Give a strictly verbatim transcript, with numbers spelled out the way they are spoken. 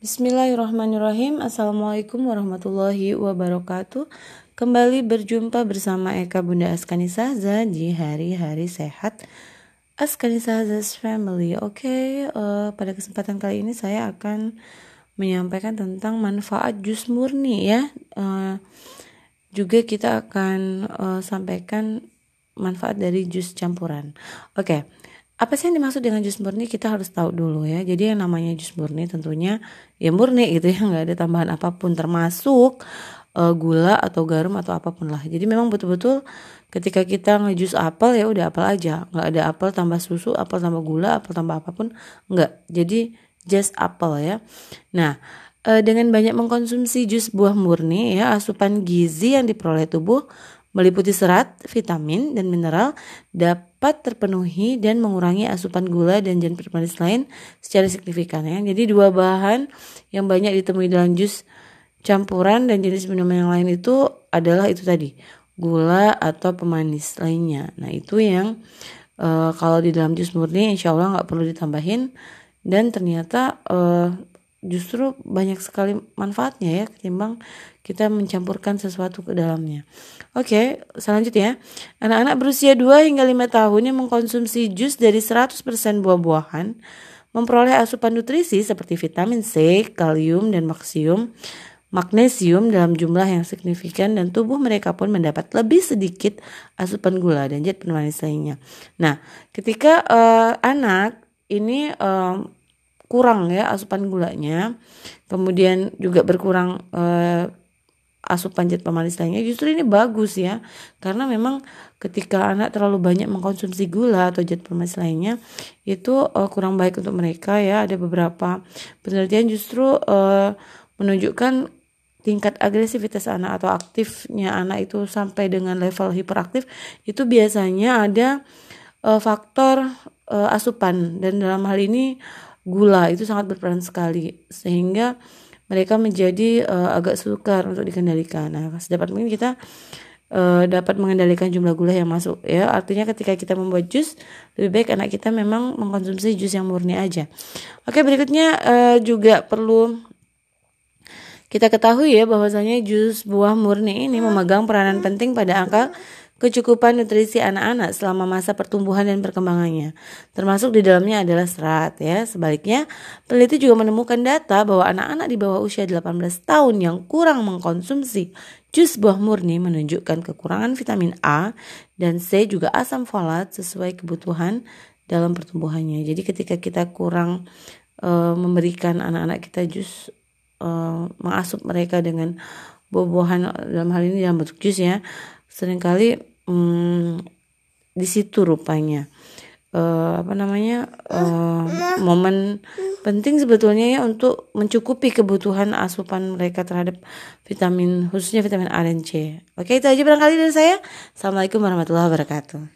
Bismillahirrahmanirrahim. Assalamualaikum warahmatullahi wabarakatuh. Kembali berjumpa bersama Eka Bunda Askanisaza di hari-hari sehat Askanisaza's Family. Oke, okay, uh, pada kesempatan kali ini saya akan menyampaikan tentang manfaat jus murni ya. Uh, juga kita akan uh, sampaikan manfaat dari jus campuran. Oke. Okay. Apa sih yang dimaksud dengan jus murni? Kita harus tahu dulu ya. Jadi yang namanya jus murni tentunya ya murni gitu ya, nggak ada tambahan apapun termasuk uh, gula atau garam atau apapun lah. Jadi memang betul-betul ketika kita ngejus apel ya udah apel aja, nggak ada apel tambah susu, apel tambah gula, apel tambah apapun, nggak. Jadi just apel ya. Nah, uh, dengan banyak mengkonsumsi jus buah murni ya, asupan gizi yang diperoleh tubuh meliputi serat, vitamin, dan mineral dapat terpenuhi dan mengurangi asupan gula dan zat pemanis lain secara signifikan ya. Jadi dua bahan yang banyak ditemui dalam jus campuran dan jenis minuman yang lain itu adalah itu tadi, gula atau pemanis lainnya. Nah itu yang e, kalau di dalam jus murni insya Allah nggak perlu ditambahin dan ternyata e, justru banyak sekali manfaatnya ya ketimbang kita mencampurkan sesuatu ke dalamnya. Oke, selanjutnya, anak-anak berusia dua hingga lima tahun yang mengkonsumsi jus dari seratus persen buah-buahan memperoleh asupan nutrisi seperti vitamin C, kalium, dan magnesium, magnesium dalam jumlah yang signifikan dan tubuh mereka pun mendapat lebih sedikit asupan gula dan zat pemanis lainnya. Nah, ketika uh, anak ini uh, kurang ya asupan gulanya, kemudian juga berkurang uh, asupan zat pemanis lainnya, justru ini bagus ya, karena memang ketika anak terlalu banyak mengkonsumsi gula atau zat pemanis lainnya itu uh, kurang baik untuk mereka ya. Ada beberapa penelitian justru uh, menunjukkan tingkat agresivitas anak atau aktifnya anak itu sampai dengan level hiperaktif itu biasanya ada uh, faktor uh, asupan, dan dalam hal ini gula itu sangat berperan sekali sehingga mereka menjadi uh, agak sukar untuk dikendalikan. Nah, sedapat mungkin kita uh, dapat mengendalikan jumlah gula yang masuk ya. Artinya ketika kita membuat jus, lebih baik anak kita memang mengkonsumsi jus yang murni aja. Oke, berikutnya uh, juga perlu kita ketahui ya bahwasanya jus buah murni ini memegang peranan penting pada angka kecukupan nutrisi anak-anak selama masa pertumbuhan dan perkembangannya, termasuk di dalamnya adalah serat ya. Sebaliknya, peneliti juga menemukan data bahwa anak-anak di bawah usia delapan belas tahun yang kurang mengkonsumsi jus buah murni menunjukkan kekurangan vitamin A dan C juga asam folat sesuai kebutuhan dalam pertumbuhannya. Jadi ketika kita kurang e, memberikan anak-anak kita jus, e, mengasup mereka dengan buah-buahan dalam hal ini dalam bentuk jus ya, seringkali hmm, di situ rupanya uh, apa namanya uh, momen penting sebetulnya ya untuk mencukupi kebutuhan asupan mereka terhadap vitamin, khususnya vitamin A dan C. Oke, itu aja barangkali dari saya. Assalamualaikum warahmatullahi wabarakatuh.